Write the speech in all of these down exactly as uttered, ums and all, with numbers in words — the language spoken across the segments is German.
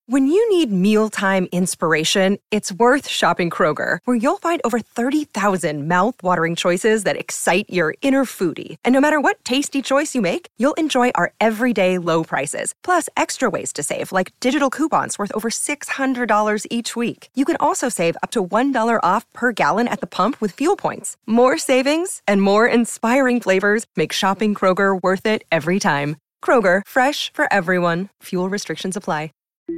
When you need mealtime inspiration, it's worth shopping Kroger, where you'll find over thirty thousand mouth-watering choices that excite your inner foodie. And no matter what tasty choice you make, you'll enjoy our everyday low prices, plus extra ways to save, like digital coupons worth over six hundred dollars each week. You can also save up to one dollar off per gallon at the pump with fuel points. More savings and more inspiring flavors make shopping Kroger worth it every time. Kroger, fresh for everyone. Fuel restrictions apply.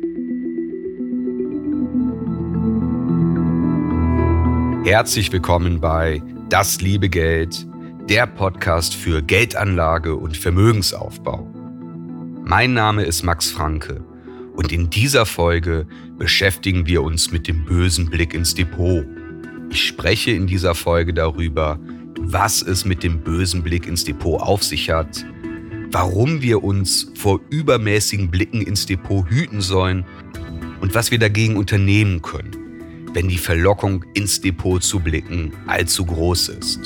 Herzlich willkommen bei Das liebe Geld, der Podcast für Geldanlage und Vermögensaufbau. Mein Name ist Max Franke und in dieser Folge beschäftigen wir uns mit dem bösen Blick ins Depot. Ich spreche in dieser Folge darüber, was es mit dem bösen Blick ins Depot auf sich hat, warum wir uns vor übermäßigen Blicken ins Depot hüten sollen und was wir dagegen unternehmen können, wenn die Verlockung, ins Depot zu blicken, allzu groß ist.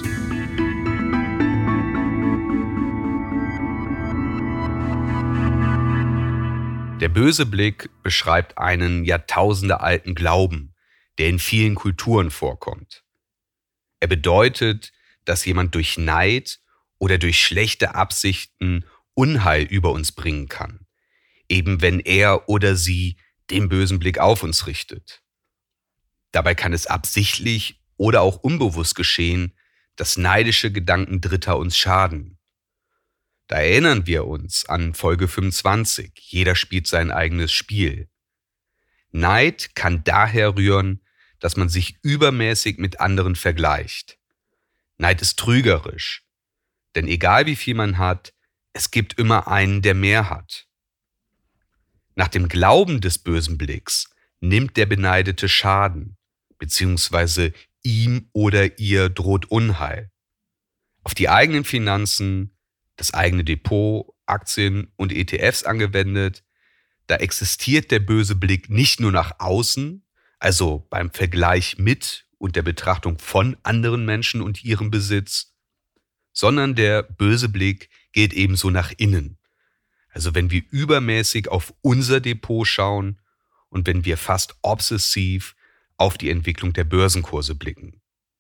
Der böse Blick beschreibt einen jahrtausendealten Glauben, der in vielen Kulturen vorkommt. Er bedeutet, dass jemand durch Neid oder durch schlechte Absichten Unheil über uns bringen kann, eben wenn er oder sie den bösen Blick auf uns richtet. Dabei kann es absichtlich oder auch unbewusst geschehen, dass neidische Gedanken Dritter uns schaden. Da erinnern wir uns an Folge fünfundzwanzig, jeder spielt sein eigenes Spiel. Neid kann daher rühren, dass man sich übermäßig mit anderen vergleicht. Neid ist trügerisch, denn egal wie viel man hat, es gibt immer einen, der mehr hat. Nach dem Glauben des bösen Blicks nimmt der Beneidete Schaden, beziehungsweise ihm oder ihr droht Unheil. Auf die eigenen Finanzen, das eigene Depot, Aktien und E T Fs angewendet, da existiert der böse Blick nicht nur nach außen, also beim Vergleich mit und der Betrachtung von anderen Menschen und ihrem Besitz, sondern der böse Blick geht ebenso nach innen. Also wenn wir übermäßig auf unser Depot schauen und wenn wir fast obsessiv auf die Entwicklung der Börsenkurse blicken.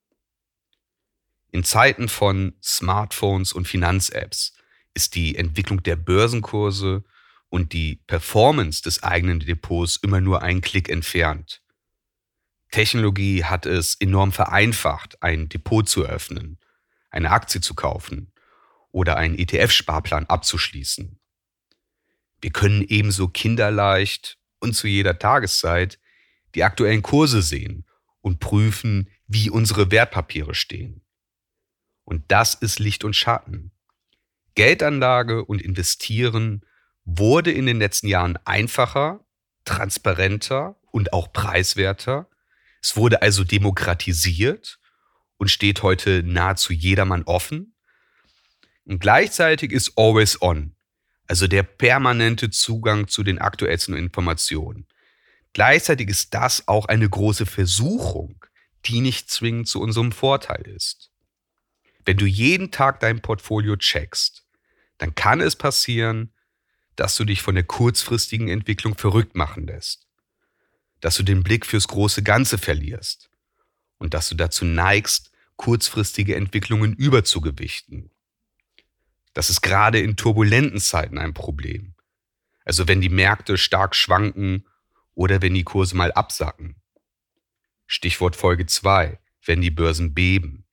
In Zeiten von Smartphones und Finanz-Apps ist die Entwicklung der Börsenkurse und die Performance des eigenen Depots immer nur einen Klick entfernt. Technologie hat es enorm vereinfacht, ein Depot zu eröffnen, eine Aktie zu kaufen oder einen E T F-Sparplan abzuschließen. Wir können ebenso kinderleicht und zu jeder Tageszeit die aktuellen Kurse sehen und prüfen, wie unsere Wertpapiere stehen. Und das ist Licht und Schatten. Geldanlage und Investieren wurde in den letzten Jahren einfacher, transparenter und auch preiswerter. Es wurde also demokratisiert und steht heute nahezu jedermann offen. Und gleichzeitig ist Always On, also der permanente Zugang zu den aktuellsten Informationen. Gleichzeitig ist das auch eine große Versuchung, die nicht zwingend zu unserem Vorteil ist. Wenn du jeden Tag dein Portfolio checkst, dann kann es passieren, dass du dich von der kurzfristigen Entwicklung verrückt machen lässt, dass du den Blick fürs große Ganze verlierst und dass du dazu neigst, kurzfristige Entwicklungen überzugewichten. Das ist gerade in turbulenten Zeiten ein Problem. Also wenn die Märkte stark schwanken oder wenn die Kurse mal absacken. Stichwort Folge zwei, wenn die Börsen beben.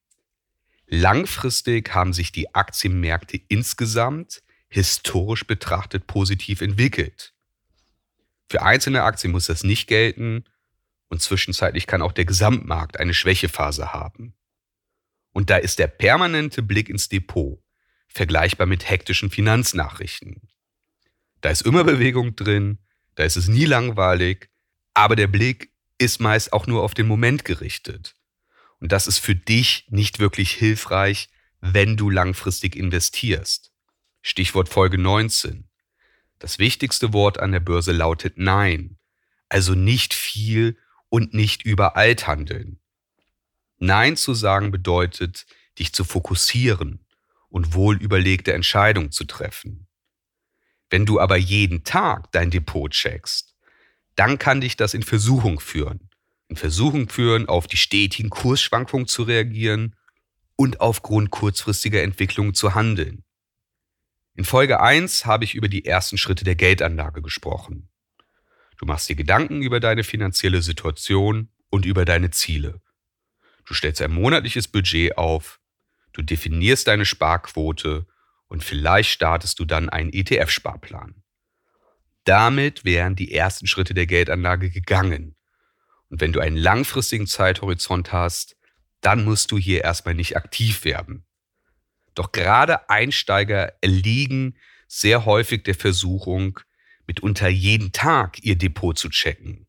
Langfristig haben sich die Aktienmärkte insgesamt historisch betrachtet positiv entwickelt. Für einzelne Aktien muss das nicht gelten und zwischenzeitlich kann auch der Gesamtmarkt eine Schwächephase haben. Und da ist der permanente Blick ins Depot vergleichbar mit hektischen Finanznachrichten. Da ist immer Bewegung drin, da ist es nie langweilig, aber der Blick ist meist auch nur auf den Moment gerichtet. Und das ist für dich nicht wirklich hilfreich, wenn du langfristig investierst. Stichwort Folge neunzehn. Das wichtigste Wort an der Börse lautet Nein. Also nicht viel und nicht überall handeln. Nein zu sagen bedeutet, dich zu fokussieren und wohl überlegte Entscheidungen zu treffen. Wenn du aber jeden Tag dein Depot checkst, dann kann dich das in Versuchung führen. In Versuchung führen, auf die stetigen Kursschwankungen zu reagieren und aufgrund kurzfristiger Entwicklungen zu handeln. In Folge eins habe ich über die ersten Schritte der Geldanlage gesprochen. Du machst dir Gedanken über deine finanzielle Situation und über deine Ziele. Du stellst ein monatliches Budget auf, du definierst deine Sparquote und vielleicht startest du dann einen E T F-Sparplan. Damit wären die ersten Schritte der Geldanlage gegangen. Und wenn du einen langfristigen Zeithorizont hast, dann musst du hier erstmal nicht aktiv werden. Doch gerade Einsteiger erliegen sehr häufig der Versuchung, mitunter jeden Tag ihr Depot zu checken.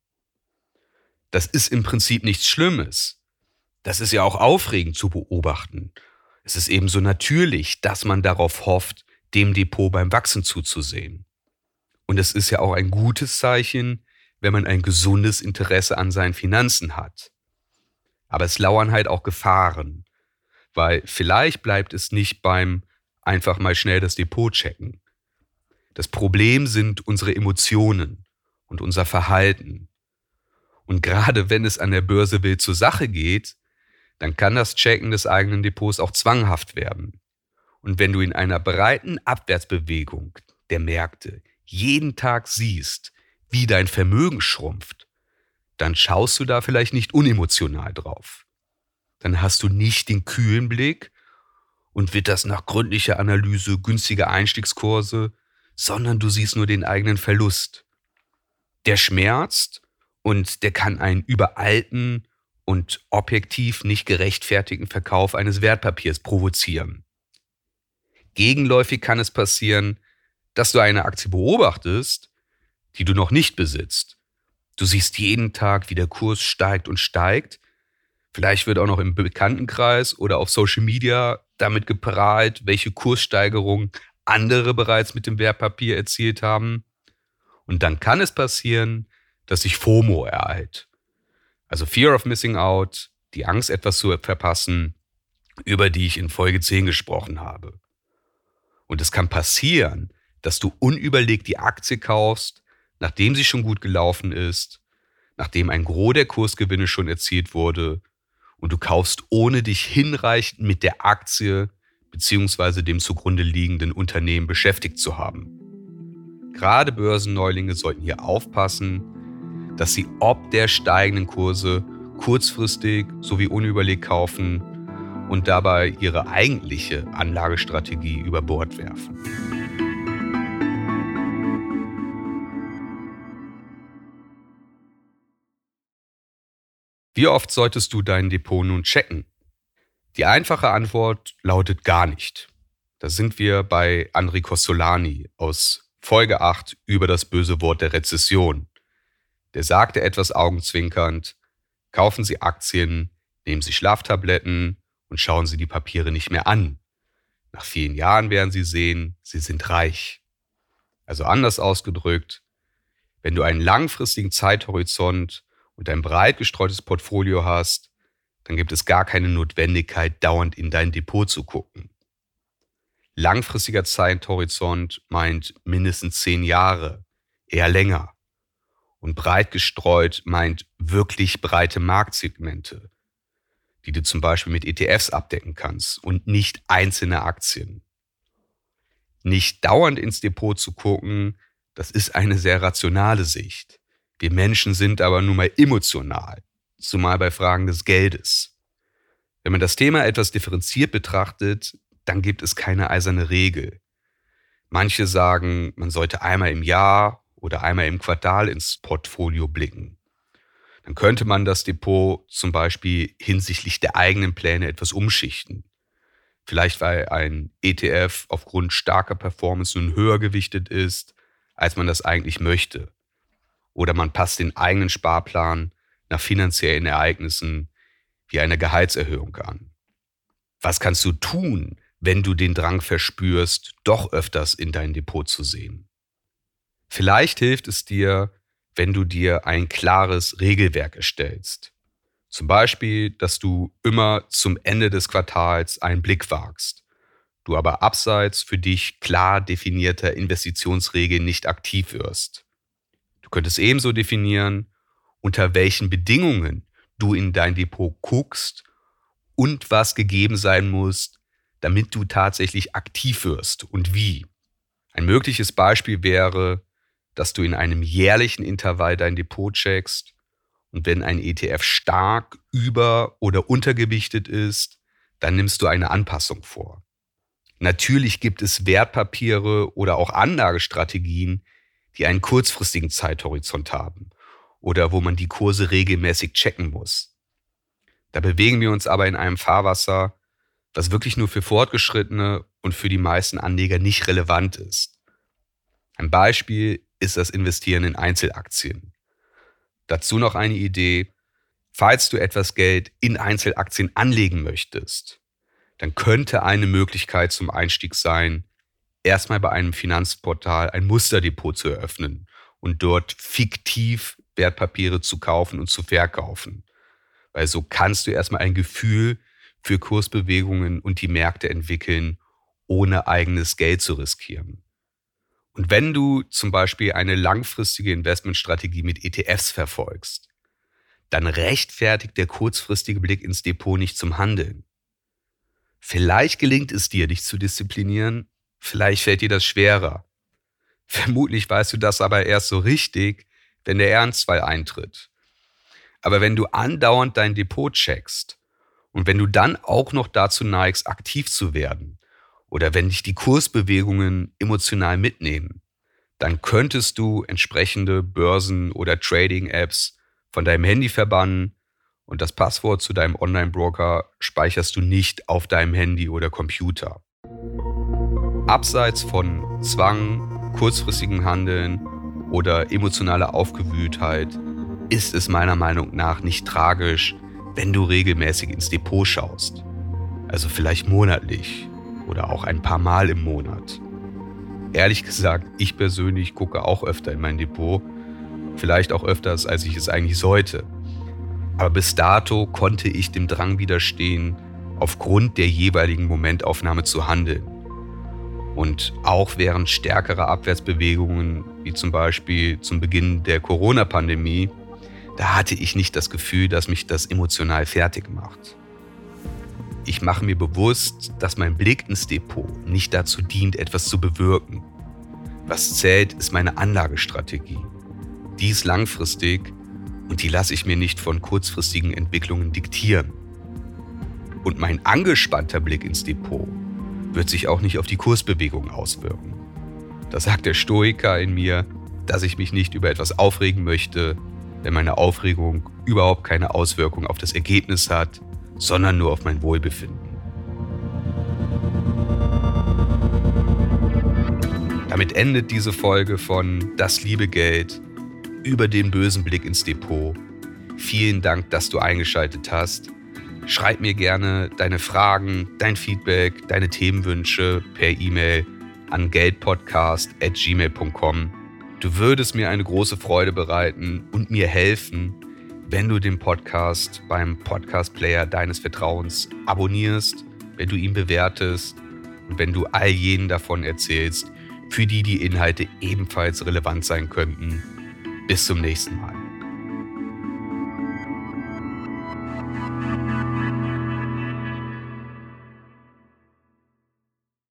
Das ist im Prinzip nichts Schlimmes. Das ist ja auch aufregend zu beobachten. Es ist ebenso natürlich, dass man darauf hofft, dem Depot beim Wachsen zuzusehen. Und es ist ja auch ein gutes Zeichen, wenn man ein gesundes Interesse an seinen Finanzen hat. Aber es lauern halt auch Gefahren, weil vielleicht bleibt es nicht beim einfach mal schnell das Depot checken. Das Problem sind unsere Emotionen und unser Verhalten. Und gerade wenn es an der Börse wild zur Sache geht, dann kann das Checken des eigenen Depots auch zwanghaft werden. Und wenn du in einer breiten Abwärtsbewegung der Märkte jeden Tag siehst, wie dein Vermögen schrumpft, dann schaust du da vielleicht nicht unemotional drauf. Dann hast du nicht den kühlen Blick und witterst nach gründlicher Analyse günstige Einstiegskurse, sondern du siehst nur den eigenen Verlust. Der schmerzt und der kann einen übereilten und objektiv nicht gerechtfertigten Verkauf eines Wertpapiers provozieren. Gegenläufig kann es passieren, dass du eine Aktie beobachtest, die du noch nicht besitzt. Du siehst jeden Tag, wie der Kurs steigt und steigt. Vielleicht wird auch noch im Bekanntenkreis oder auf Social Media damit geprahlt, welche Kurssteigerung andere bereits mit dem Wertpapier erzielt haben. Und dann kann es passieren, dass sich FOMO ereilt. Also Fear of Missing Out, die Angst, etwas zu verpassen, über die ich in Folge zehn gesprochen habe. Und es kann passieren, dass du unüberlegt die Aktie kaufst, nachdem sie schon gut gelaufen ist, nachdem ein Gros der Kursgewinne schon erzielt wurde und du kaufst, ohne dich hinreichend mit der Aktie bzw. dem zugrunde liegenden Unternehmen beschäftigt zu haben. Gerade Börsenneulinge sollten hier aufpassen, dass sie ob der steigenden Kurse kurzfristig sowie unüberlegt kaufen und dabei ihre eigentliche Anlagestrategie über Bord werfen. Wie oft solltest du dein Depot nun checken? Die einfache Antwort lautet gar nicht. Da sind wir bei André Kostolany aus Folge acht über das böse Wort der Rezession. Der sagte etwas augenzwinkernd: Kaufen Sie Aktien, nehmen Sie Schlaftabletten und schauen Sie die Papiere nicht mehr an. Nach vielen Jahren werden Sie sehen, Sie sind reich. Also anders ausgedrückt, wenn du einen langfristigen Zeithorizont und ein breit gestreutes Portfolio hast, dann gibt es gar keine Notwendigkeit, dauernd in dein Depot zu gucken. Langfristiger Zeithorizont meint mindestens zehn Jahre, eher länger. Und breit gestreut meint wirklich breite Marktsegmente, die du zum Beispiel mit E T Fs abdecken kannst und nicht einzelne Aktien. Nicht dauernd ins Depot zu gucken, das ist eine sehr rationale Sicht. Wir Menschen sind aber nun mal emotional, zumal bei Fragen des Geldes. Wenn man das Thema etwas differenziert betrachtet, dann gibt es keine eiserne Regel. Manche sagen, man sollte einmal im Jahr oder einmal im Quartal ins Portfolio blicken. Dann könnte man das Depot zum Beispiel hinsichtlich der eigenen Pläne etwas umschichten. Vielleicht weil ein E T F aufgrund starker Performance nun höher gewichtet ist, als man das eigentlich möchte. Oder man passt den eigenen Sparplan nach finanziellen Ereignissen wie einer Gehaltserhöhung an. Was kannst du tun, wenn du den Drang verspürst, doch öfters in dein Depot zu sehen? Vielleicht hilft es dir, wenn du dir ein klares Regelwerk erstellst. Zum Beispiel, dass du immer zum Ende des Quartals einen Blick wagst, du aber abseits für dich klar definierter Investitionsregeln nicht aktiv wirst. Du Du könntest ebenso definieren, unter welchen Bedingungen du in dein Depot guckst und was gegeben sein muss, damit du tatsächlich aktiv wirst und wie. Ein mögliches Beispiel wäre, dass du in einem jährlichen Intervall dein Depot checkst und wenn ein E T F stark über- oder untergewichtet ist, dann nimmst du eine Anpassung vor. Natürlich gibt es Wertpapiere oder auch Anlagestrategien, die einen kurzfristigen Zeithorizont haben oder wo man die Kurse regelmäßig checken muss. Da bewegen wir uns aber in einem Fahrwasser, das wirklich nur für Fortgeschrittene und für die meisten Anleger nicht relevant ist. Ein Beispiel ist das Investieren in Einzelaktien. Dazu noch eine Idee: Falls du etwas Geld in Einzelaktien anlegen möchtest, dann könnte eine Möglichkeit zum Einstieg sein, erstmal bei einem Finanzportal ein Musterdepot zu eröffnen und dort fiktiv Wertpapiere zu kaufen und zu verkaufen. Weil so kannst du erstmal ein Gefühl für Kursbewegungen und die Märkte entwickeln, ohne eigenes Geld zu riskieren. Und wenn du zum Beispiel eine langfristige Investmentstrategie mit E T Fs verfolgst, dann rechtfertigt der kurzfristige Blick ins Depot nicht zum Handeln. Vielleicht gelingt es dir, dich zu disziplinieren, vielleicht fällt dir das schwerer. Vermutlich weißt du das aber erst so richtig, wenn der Ernstfall eintritt. Aber wenn du andauernd dein Depot checkst und wenn du dann auch noch dazu neigst, aktiv zu werden oder wenn dich die Kursbewegungen emotional mitnehmen, dann könntest du entsprechende Börsen- oder Trading-Apps von deinem Handy verbannen und das Passwort zu deinem Online-Broker speicherst du nicht auf deinem Handy oder Computer. Abseits von Zwang, kurzfristigem Handeln oder emotionaler Aufgewühltheit ist es meiner Meinung nach nicht tragisch, wenn du regelmäßig ins Depot schaust. Also vielleicht monatlich oder auch ein paar Mal im Monat. Ehrlich gesagt, ich persönlich gucke auch öfter in mein Depot, vielleicht auch öfters, als ich es eigentlich sollte. Aber bis dato konnte ich dem Drang widerstehen, aufgrund der jeweiligen Momentaufnahme zu handeln. Und auch während stärkerer Abwärtsbewegungen, wie zum Beispiel zum Beginn der Corona-Pandemie, da hatte ich nicht das Gefühl, dass mich das emotional fertig macht. Ich mache mir bewusst, dass mein Blick ins Depot nicht dazu dient, etwas zu bewirken. Was zählt, ist meine Anlagestrategie. Die ist langfristig und die lasse ich mir nicht von kurzfristigen Entwicklungen diktieren. Und mein angespannter Blick ins Depot wird sich auch nicht auf die Kursbewegung auswirken. Da sagt der Stoiker in mir, dass ich mich nicht über etwas aufregen möchte, wenn meine Aufregung überhaupt keine Auswirkung auf das Ergebnis hat, sondern nur auf mein Wohlbefinden. Damit endet diese Folge von Das liebe Geld über den bösen Blick ins Depot. Vielen Dank, dass du eingeschaltet hast. Schreib mir gerne deine Fragen, dein Feedback, deine Themenwünsche per E-Mail an geldpodcast at gmail punkt com. Du würdest mir eine große Freude bereiten und mir helfen, wenn du den Podcast beim Podcast-Player deines Vertrauens abonnierst, wenn du ihn bewertest und wenn du all jenen davon erzählst, für die die Inhalte ebenfalls relevant sein könnten. Bis zum nächsten Mal.